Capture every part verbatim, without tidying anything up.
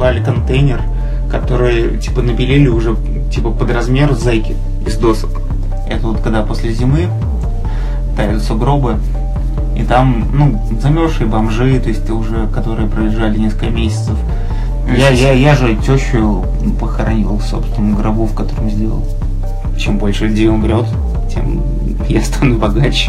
прислали контейнер, который, типа, набелили уже, типа, под размер зайки из досок. Это вот когда после зимы тают сугробы, и там, ну, замерзшие бомжи, то есть уже, которые проезжали несколько месяцев. Я, я, я же тещу похоронил в собственном гробу, в котором сделал. Чем больше людей умрет, тем я стану богаче.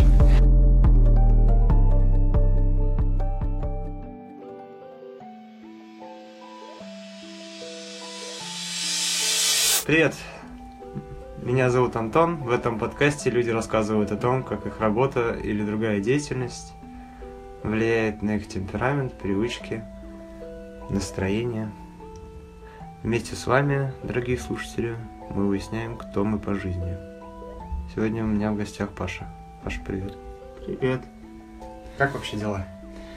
Привет, меня зовут Антон. В этом подкасте люди рассказывают о том, как их работа или другая деятельность влияет на их темперамент, привычки, настроение. Вместе с вами, дорогие слушатели, мы выясняем, кто мы по жизни. Сегодня у меня в гостях Паша. Паша, привет. Привет. Как вообще дела?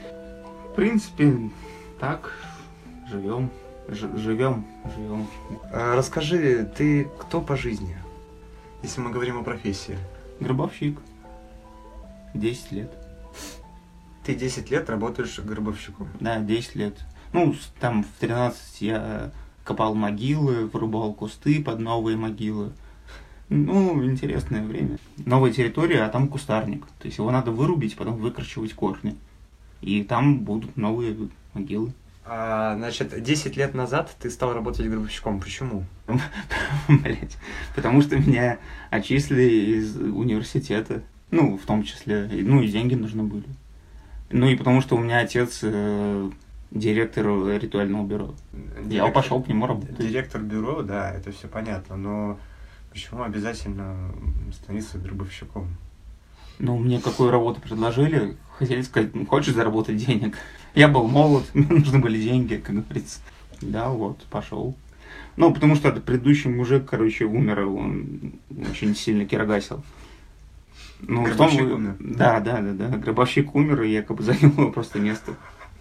В принципе, так, живем. Ж- живем, живем. А, расскажи, ты кто по жизни, если мы говорим о профессии? Гробовщик. Десять лет. Ты десять лет работаешь гробовщиком. Да, десять лет. Ну, с- там в тринадцать я копал могилы, вырубал кусты под новые могилы. Ну, интересное время. Новая территория, а там кустарник. То есть его надо вырубить, потом выкорчевать корни. И там будут новые могилы. А, значит, десять лет назад ты стал работать гробовщиком. Почему? Блять. Потому что меня отчислили из университета. Ну, в том числе. и- Ну, и деньги нужны были. Ну, и потому что у меня отец э, директор ритуального бюро. Я Директор- пошел к нему работать. Директор бюро, да, это все понятно, но почему обязательно становиться гробовщиком? Ну, мне какую работу предложили? Хотели сказать, ну, хочешь заработать денег? Я был молод, мне нужны были деньги, как говорится. Да, вот, пошел. Ну, потому что этот предыдущий мужик, короче, умер, он очень сильно кирогасил. Ну, в том- Гробовщик умер? Да, да, да, да. Гробовщик умер, и якобы занял его просто место.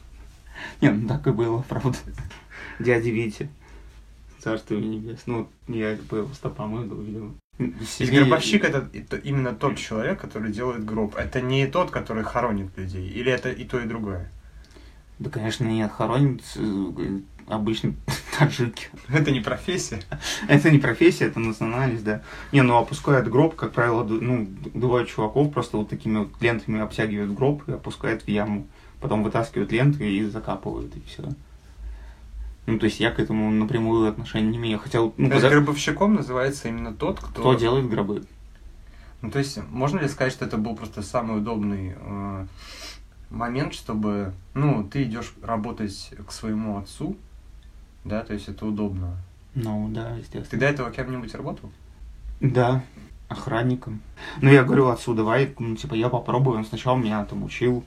Не, ну так и было, правда. Дядя Витя. Царство ему небесное. Ну, я по его стопам иду, видимо. То есть гробовщик это и то- именно тот человек, который делает гроб. Это не тот, который хоронит людей. Или это и то, и другое? Да, конечно, нет, хоронят э, обычно таджики. Это не профессия. Это не профессия, это национальность, да. Не, ну опускают гроб, как правило, ду- ну, бывают чуваков, просто вот такими вот лентами обтягивают гроб и опускают в яму. Потом вытаскивают ленты и закапывают, и все. Ну, то есть я к этому напрямую отношения не имею. Хотя, ну, То есть когда- гробовщиком называется именно тот, кто... кто делает гробы? Ну, то есть, можно ли сказать, что это был просто самый удобный э, момент, чтобы, ну, ты идешь работать к своему отцу, да, то есть это удобно. Ну, да, естественно. Ты до этого кем-нибудь работал? Да, охранником. Ну, я говорю отцу, давай, ну, типа, я попробую. Он сначала меня там учил.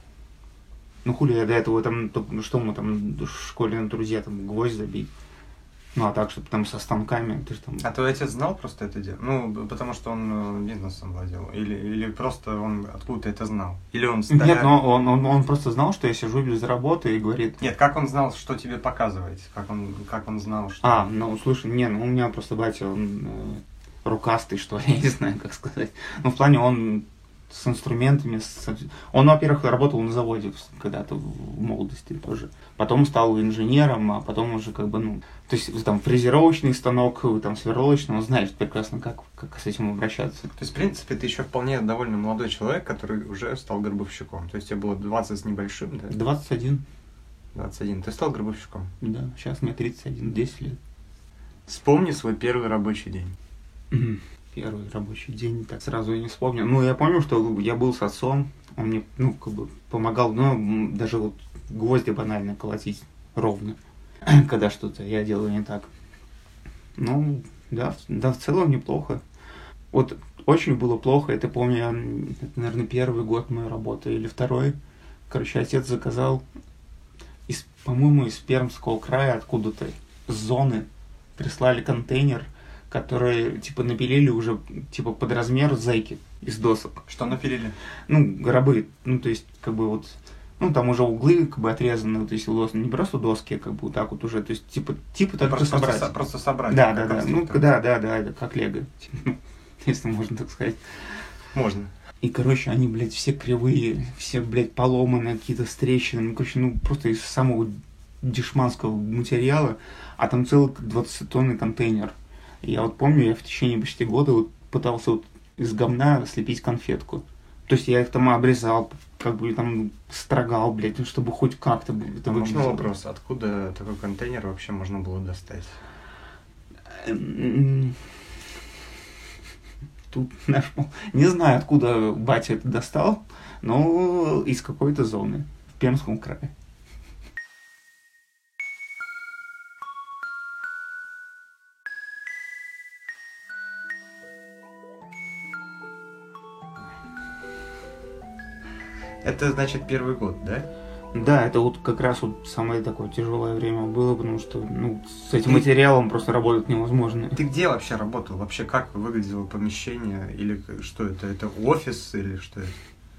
Ну, хули я до этого там, то- ну, что мы там в школе на друзья, там, гвоздь забить. Ну, а так, чтобы там со станками, ты же там... А твой отец знал просто это дело? Ну, б- потому что он э, бизнесом владел. Или, или просто он откуда-то это знал? Или он столяр? Нет, но он, он, он просто знал, что я сижу без работы и говорит... Нет, как он знал, что тебе показывать? Как он, как он знал, что... А, ну, слушай, не, ну, у меня просто батя, он э, рукастый, что ли, я не знаю, как сказать. Ну, в плане, он с инструментами, с- он, во-первых, работал на заводе в- когда-то в молодости тоже. Потом стал инженером, а потом уже как бы, ну, то есть там фрезеровочный станок, там сверлочный, он знает прекрасно, как, как с этим обращаться. То есть, в принципе, ты еще вполне довольно молодой человек, который уже стал гробовщиком. То есть, тебе было двадцать с небольшим, да? двадцать один, двадцать один. Ты стал гробовщиком. да, сейчас мне тридцать один, десять лет. Вспомни свой первый рабочий день. Мгм. Первый рабочий день, так сразу и не вспомню. Ну, я помню, что я был с отцом, он мне, ну, как бы помогал, ну, м, даже вот гвозди банально колотить ровно, когда что-то я делаю не так. Ну, да, в- да, в целом неплохо. Вот очень было плохо, это помню, я, м, это, наверное, первый год моей работы или второй. Короче, отец заказал, из, по-моему, из Пермского края откуда-то, с зоны, прислали контейнер, которые, типа, напилили уже, типа, под размер зайки из досок. Что напилили? Ну, гробы, ну, то есть, как бы, вот, ну, там уже углы, как бы, отрезаны, то есть, дос- не просто доски, а, как бы, вот так вот уже, то есть, типа, типа, только просто, собрать. со- просто собрать. Да, как да, да, ну, конструктор. да, да, да, да, как лего, если можно так сказать. Можно. И, короче, они, блядь, все кривые, все, блядь, поломаны, какие-то с трещинами, короче, ну, просто из самого дешманского материала, а там целый двадцатитонный контейнер. И я вот помню, я в течение почти года вот пытался вот из говна слепить конфетку. То есть я их там обрезал, как бы там строгал, блядь, чтобы хоть как-то это Можно выглядело. вопрос, откуда такой контейнер вообще можно было достать? Тут наш... Не знаю, откуда батя это достал, но из какой-то зоны в Пермском крае. Это значит первый год, да? Да, это вот как раз вот самое такое тяжелое время было, потому что ну, с этим Ты- материалом просто работать невозможно. Ты где вообще работал? Вообще как выглядело помещение? Или к- что это? Это офис или что это?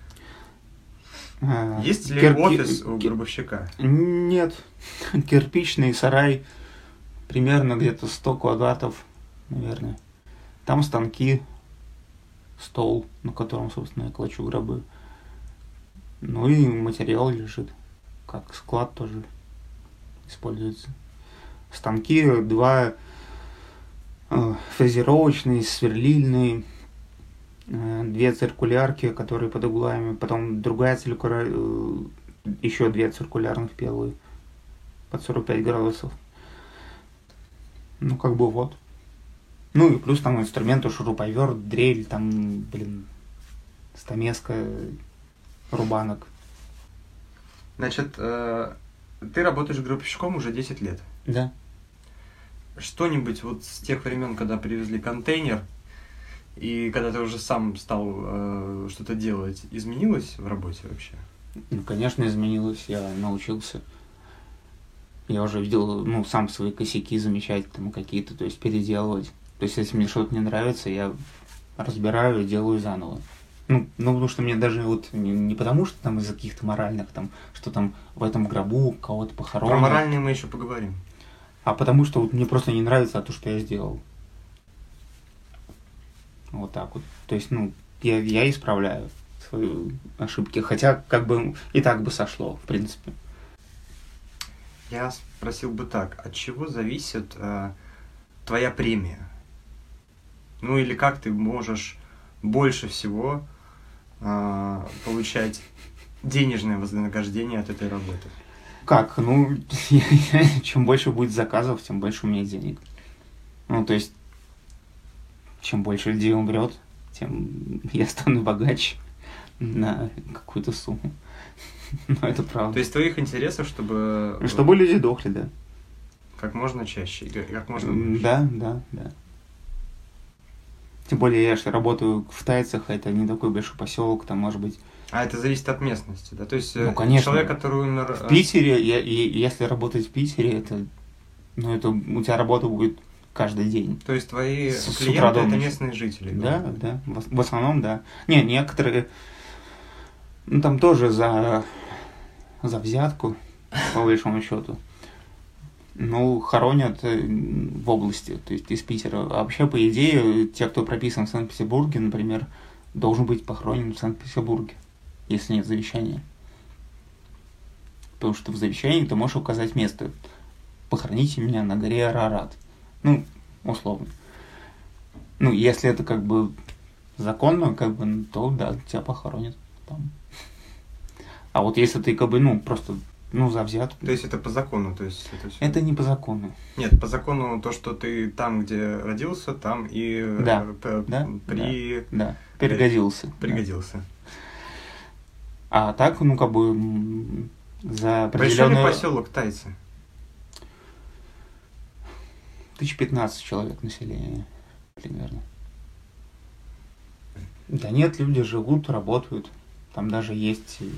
А, Есть ли кир- офис ки- у ки- гробовщика? Нет. Кирпичный сарай, примерно где-то сто квадратов, наверное. Там станки, стол, на котором, собственно, я клочу гробы. Ну и материал лежит, как склад тоже используется. Станки два э, фрезеровочные, сверлильные, э, две циркулярки, которые под углами, потом другая циркуляр, э, еще две циркулярных первые под сорок пять градусов. Ну как бы вот. Ну и плюс там инструменты, шуруповерт, дрель, там, блин, стамеска, рубанок. Значит, э, ты работаешь гробовщиком уже десять лет. Да. Что-нибудь вот с тех времен, когда привезли контейнер, и когда ты уже сам стал э, что-то делать, изменилось в работе вообще? Ну, конечно, изменилось, я научился. Я уже видел, ну, сам свои косяки замечать, там, какие-то, то есть переделывать. То есть, если мне что-то не нравится, я разбираю и делаю заново. Ну, ну, потому что мне даже вот не, не потому, что там из-за каких-то моральных, там, что там в этом гробу кого-то Про похоронено, моральные мы еще поговорим. а потому что вот мне просто не нравится то, что я сделал. Вот так вот. То есть, ну, я, я исправляю свои ошибки, хотя как бы и так бы сошло, в принципе. Я спросил бы так, от чего зависит э, твоя премия? Ну или как ты можешь больше всего э, получать денежное вознаграждение от этой работы? Как? Ну, чем больше будет заказов, тем больше у меня денег. Ну, то есть, чем больше людей умрет, тем я стану богаче на какую-то сумму. Ну, это правда. То есть твоих интересов, чтобы э, Чтобы люди дохли, да. как можно чаще, и как можно М, больше. Да, да, да. Тем более я же работаю в Тайцах, это не такой большой поселок, там может быть. А это зависит от местности, да? То есть э, Ну, конечно. человек, который умер... В э, Питере, я- и если работать в Питере, это, ну, это у тебя работа будет каждый день. То есть твои С- с утра клиенты до это ночи. местные жители? Да, говорят? да, в, в основном, да. Не, некоторые, ну, там тоже за, за взятку, по большому счету. Ну, хоронят э, в области, то есть из Питера. А вообще, по идее, те, кто прописан в Санкт-Петербурге, например, должен быть похоронен в Санкт-Петербурге, если нет завещания. Потому что в завещании ты можешь указать место. Похороните меня на горе Арарат. Ну, условно. Ну, если это как бы законно, как бы, то да, тебя похоронят там. А вот если ты как бы, ну, просто, ну, за взятку. То есть это по закону, то есть это всё- Это не по закону. Нет, по закону то, что ты там, где родился, там и э, Да, п- да, при... Да, пригодился. Да. пригодился. А так, ну, как бы, м, за Большой ли определенную... поселок Тайцы? Тысяч пятнадцать человек населения, примерно. Да нет, люди живут, работают. Там даже есть и-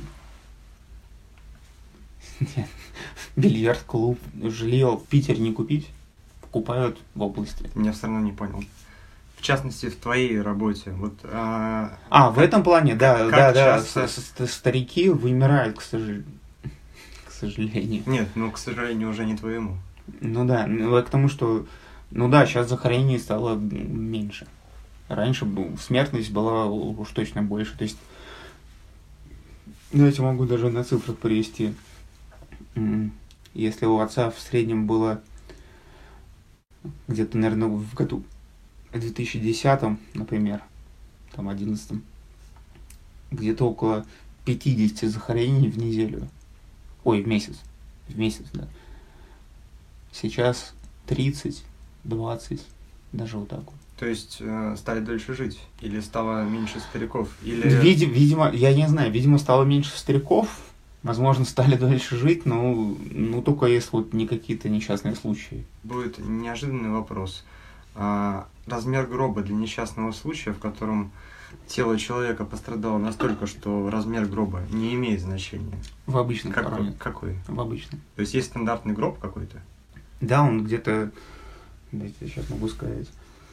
Нет. Бильярд-клуб. Жилье в Питере не купить, покупают в области. Я все равно не понял. В частности, в твоей работе. Вот, а, А, в этом плане, да, как да, да. часто- с- с- Старики вымирают, к сожалению. К сожалению. Нет, ну, к сожалению, уже не твоему. Ну да, ну, я к тому, что, ну да, сейчас захоронений стало м, меньше. Раньше бу- смертность была уж точно больше. То есть, ну, я тебе могу даже на цифрах привести. М, Если у отца в среднем было где-то, наверное, в году в две тысячи десятом, например, там одиннадцатом, где-то около пятьдесят захоронений в неделю. Ой, в месяц. В месяц, да. Сейчас тридцать, двадцать, даже вот так вот. То есть э, стали дольше жить? Или стало меньше стариков? Или... Види, видимо, я не знаю, видимо, стало меньше стариков, возможно, стали дольше жить, но ну, только если вот не какие-то несчастные случаи. Будет неожиданный вопрос. А, размер гроба для несчастного случая, в котором тело человека пострадало настолько, что размер гроба не имеет значения? В обычном как, хоронят. Какой? В обычном. То есть есть стандартный гроб какой-то? Да, он где-то, дайте, я сейчас могу сказать,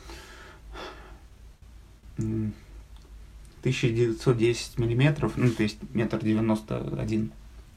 тысяча девятьсот десять миллиметров, ну, то есть метр девяносто один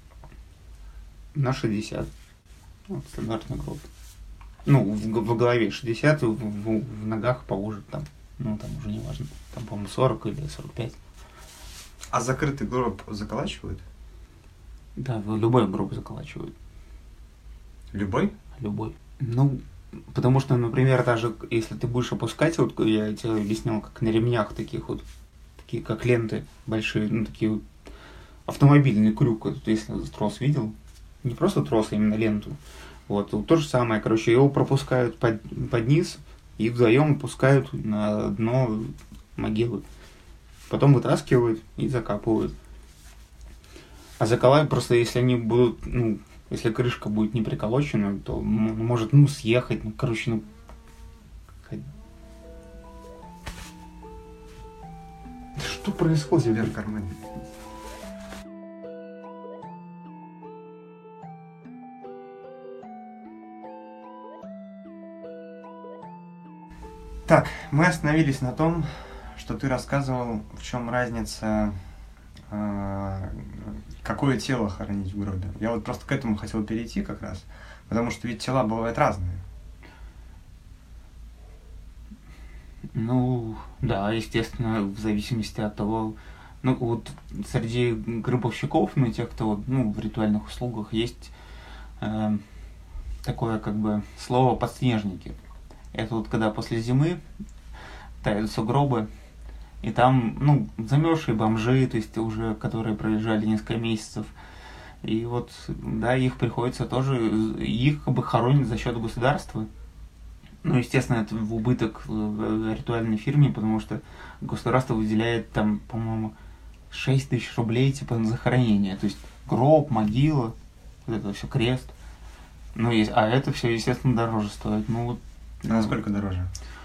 на шестьдесят. Вот стандартный гроб. Ну, в, в голове шестьдесят, в, в, в ногах поуже там. Ну, там уже не важно. Там, по-моему, сорок или сорок пять. А закрытый гроб заколачивают? Да, любой гроб заколачивают. Любой? Любой. Ну, потому что, например, даже если ты будешь опускать, вот я тебе объяснял, как на ремнях таких вот, такие как ленты большие, ну, такие вот, автомобильный крюк, вот, если трос видел, не просто трос, а именно ленту. Вот, вот то же самое, короче, его пропускают под, под низ и вдвоем опускают на дно могилы. Потом вытаскивают и закапывают. А заколачивают просто, если они будут, ну, если крышка будет не приколочена, то может, ну, съехать, ну, короче, ну... Что происходит? Вверх карман. Так, мы остановились на том, что ты рассказывал, в чем разница, э, какое тело хоронить в гробе. Я вот просто к этому хотел перейти как раз, потому что ведь тела бывают разные. Ну, да, естественно, в зависимости от того, ну, вот среди гробовщиков, ну, тех, кто, ну, в ритуальных услугах, есть э, такое, как бы, слово «подснежники». Это вот когда после зимы тают сугробы, и там, ну, замерзшие бомжи, то есть уже, которые пролежали несколько месяцев, и вот, да, их приходится тоже, их как бы хоронят за счет государства. Ну, естественно, это в убыток ритуальной фирме, потому что государство выделяет там, по-моему, шесть тысяч рублей типа на захоронение. То есть гроб, могила, вот это все, крест. Ну, есть, а это все, естественно, дороже стоит. Ну, вот, а насколько дороже?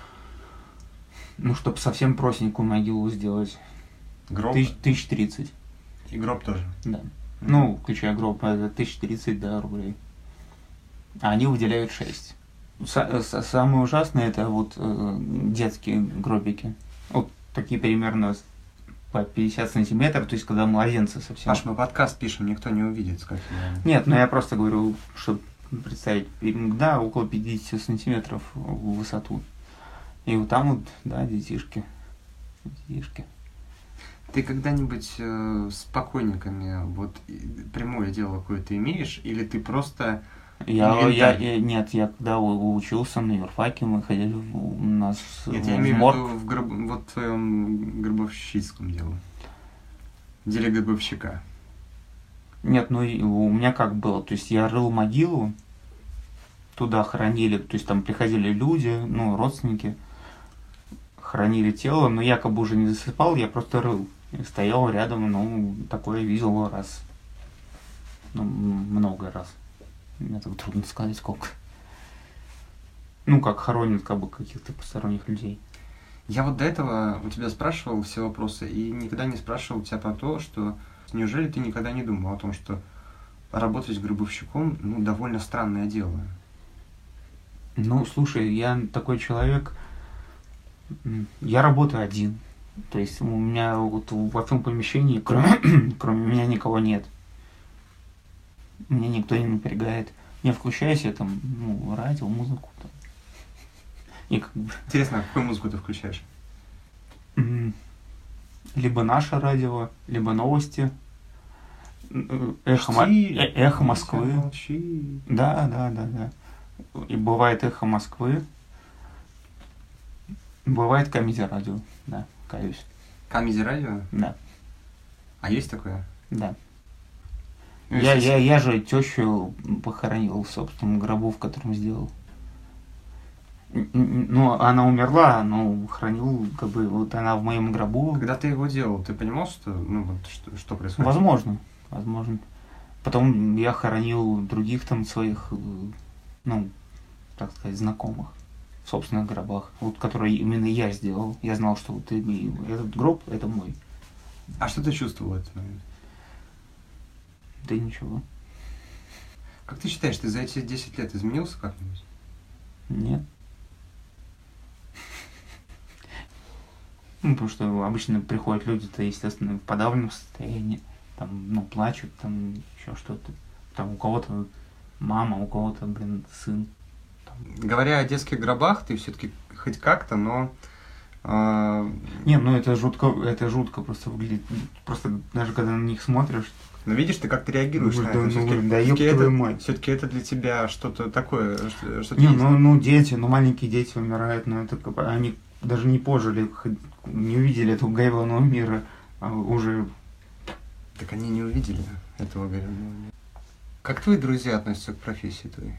Ну, чтобы совсем простенькую могилу сделать. Гроб? Тысяч тридцать. И гроб тоже? Да. Mm-hmm. Ну, включая гроб, это тысяч тридцать, да, рублей. А они выделяют шесть. Самое ужасное это вот э, детские гробики. Вот такие примерно по пятьдесят сантиметров, то есть когда младенцы совсем. Паш, мы подкаст пишем, никто не увидит, как я... Нет, ну я просто говорю, чтобы представить, да, около пятьдесят сантиметров в высоту. И вот там вот, да, детишки. Детишки. Ты когда-нибудь э, с покойниками вот прямое дело какое-то имеешь, или ты просто... Я, я, я, нет, я когда учился на юрфаке, мы ходили у нас нет, в, я имею в морг. виду в гроб, вот в твоем гробовщицком деле. В деле гробовщика. Нет, ну у меня как было, то есть я рыл могилу, туда хоронили, то есть там приходили люди, ну, родственники, хоронили тело, но я как бы уже не засыпал, я просто рыл. И стоял рядом, ну, такое видел раз, ну, много раз. Мне так трудно сказать, сколько. Ну, как хоронят как бы каких-то посторонних людей. Я вот до этого у тебя спрашивал все вопросы и никогда не спрашивал у тебя про то, что неужели ты никогда не думал о том, что работать гробовщиком, ну, довольно странное дело? Ну, слушай, я такой человек, я работаю один. То есть у меня вот во всем помещении, кроме, кроме меня, никого нет. Меня никто не напрягает. Я включаюсь, я там, ну, радио, музыку там. И как бы... Интересно, а какую музыку ты включаешь? Либо наше радио, либо новости. э, эхо, Мо- Чти, э- эхо Москвы. Молчи. Да, да, да, да. И бывает эхо Москвы. Бывает Камеди Радио. Да, каюсь. Камеди Радио? Да, А есть такое? да. Ну, Я, если- я, я же тещу похоронил в собственном гробу, в котором сделал. Н- н- Ну, она умерла, но хранил, как бы, вот она в моем гробу. Когда ты его делал, ты понимал, что, ну, вот, что, что происходит? Возможно, возможно. Потом я хоронил других там своих, э, ну, так сказать, знакомых в собственных гробах, вот, которые именно я сделал. Я знал, что вот и- этот гроб — это мой. А что ты чувствовал в этот момент? Да ничего. Как ты считаешь, ты за эти десять лет изменился как-нибудь? Нет. Ну, потому что обычно приходят люди-то, естественно, в подавленном состоянии, там, ну, плачут, там, еще что-то. Там у кого-то мама, у кого-то, блин, сын. Говоря о детских гробах, ты все-таки хоть как-то, но... э, Не, ну это жутко, это жутко просто выглядит. Просто даже когда на них смотришь, но видишь, ты как-то реагируешь ну, на да, это. ну, Все-таки, блин, да ёб твою мать. все-таки это для тебя что-то такое, что, что-то Не, есть. ну, ну дети, ну маленькие дети умирают, но это как бы они даже не пожили, хоть не увидели этого гайванного мира, а уже. Так они не увидели этого городного мира. Как твои друзья относятся к профессии твоей?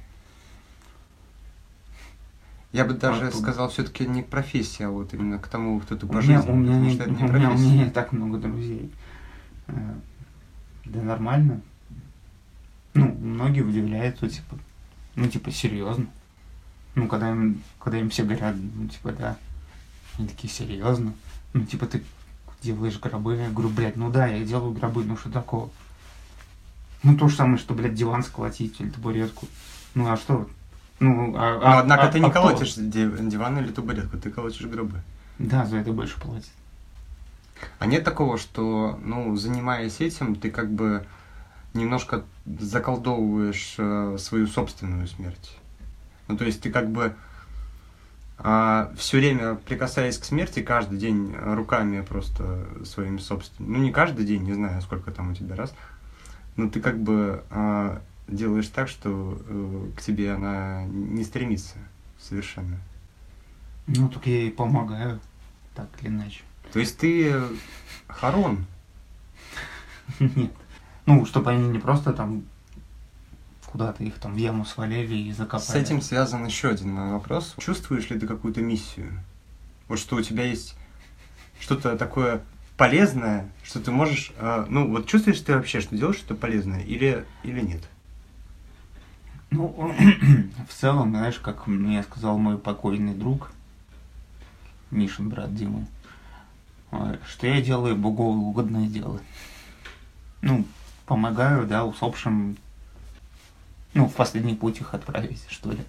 Я бы даже А, сказал, все-таки не к профессии, а вот именно к тому, кто ты У по меня, жизни. у меня, потому не, что это не у меня, у меня профессия. не так много друзей. Э, Да нормально. Ну, многие удивляются, типа, ну, типа, серьезно. Ну, когда им, когда им все говорят, ну, типа, да. Они такие, серьезно? Ну, типа, ты делаешь гробы? Я говорю, блядь, ну да, я делаю гробы, ну что такого? Ну, то же самое, что, блядь, диван сколотить или табуретку. Ну, а что? Ну, а, Но, однако, а- ты не а кто? колотишь див- диван или табуретку, ты колотишь гробы. Да, за это больше платят. А нет такого, что, ну, занимаясь этим, ты как бы немножко заколдовываешь э, свою собственную смерть? Ну, то есть ты как бы все время прикасаясь к смерти, каждый день руками просто своими собственными, ну, не каждый день, не знаю, сколько там у тебя раз, но ты как бы а, делаешь так, что э, к тебе она не стремится совершенно. Ну, так я ей помогаю, так или иначе. То есть ты Харон. Нет. Ну, чтобы они не просто там куда-то их там в яму свалили и закопали. С этим связан еще один мой вопрос. Чувствуешь ли ты какую-то миссию? Вот что у тебя есть что-то такое полезное, что ты можешь... э, ну, вот чувствуешь ты вообще, что делаешь что-то полезное или, или нет? Ну, в целом, знаешь, как мне сказал мой покойный друг, Мишин брат Димы, э, что я делаю богоугодное дело. Ну, помогаю, да, усопшим, ну, в последний путь их отправить, что ли.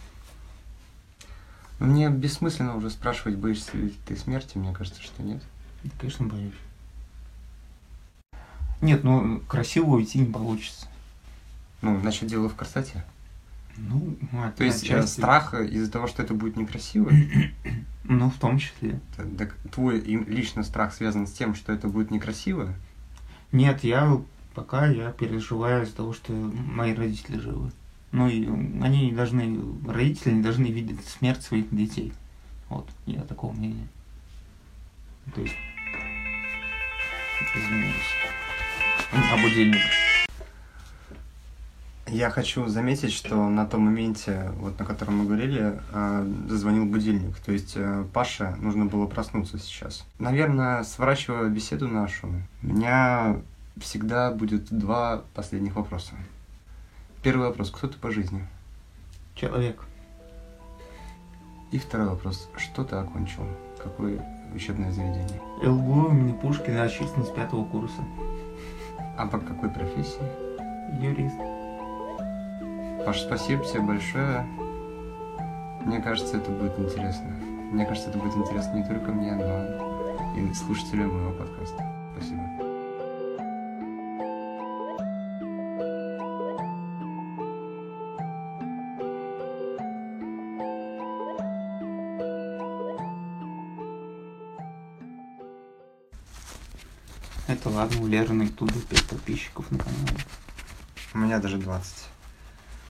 Мне бессмысленно уже спрашивать, боишься ли ты смерти, мне кажется, что нет. Да, конечно, боюсь. Нет, ну, красиво уйти не получится. Ну, значит, дело в красоте. Ну, То есть э, страх из-за того, что это будет некрасиво, Ну, в том числе. т- так твой им- лично страх связан с тем, что это будет некрасиво? Нет, я пока я переживаю из-за того, что мои родители живы. Ну и они не должны, родители не должны видеть смерть своих детей. Вот, я такого мнения. То есть, извиняюсь. А будильник. Я хочу заметить, что на том моменте, вот на котором мы говорили, э, зазвонил будильник. То есть э, Паше нужно было проснуться сейчас. Наверное, сворачивая беседу нашу, у меня всегда будет два последних вопроса. Первый вопрос. Кто ты по жизни? Человек. И второй вопрос. Что ты окончил? Какое учебное заведение? ЛГУ имени Пушкина, отчислен с пятого курса. А по какой профессии? Юрист. Паш, спасибо тебе большое. Мне кажется, это будет интересно. Мне кажется, это будет интересно не только мне, но и слушателям моего подкаста. Спасибо. Это ладно, у Леры на ютубе пять подписчиков на канале. У меня даже двадцать.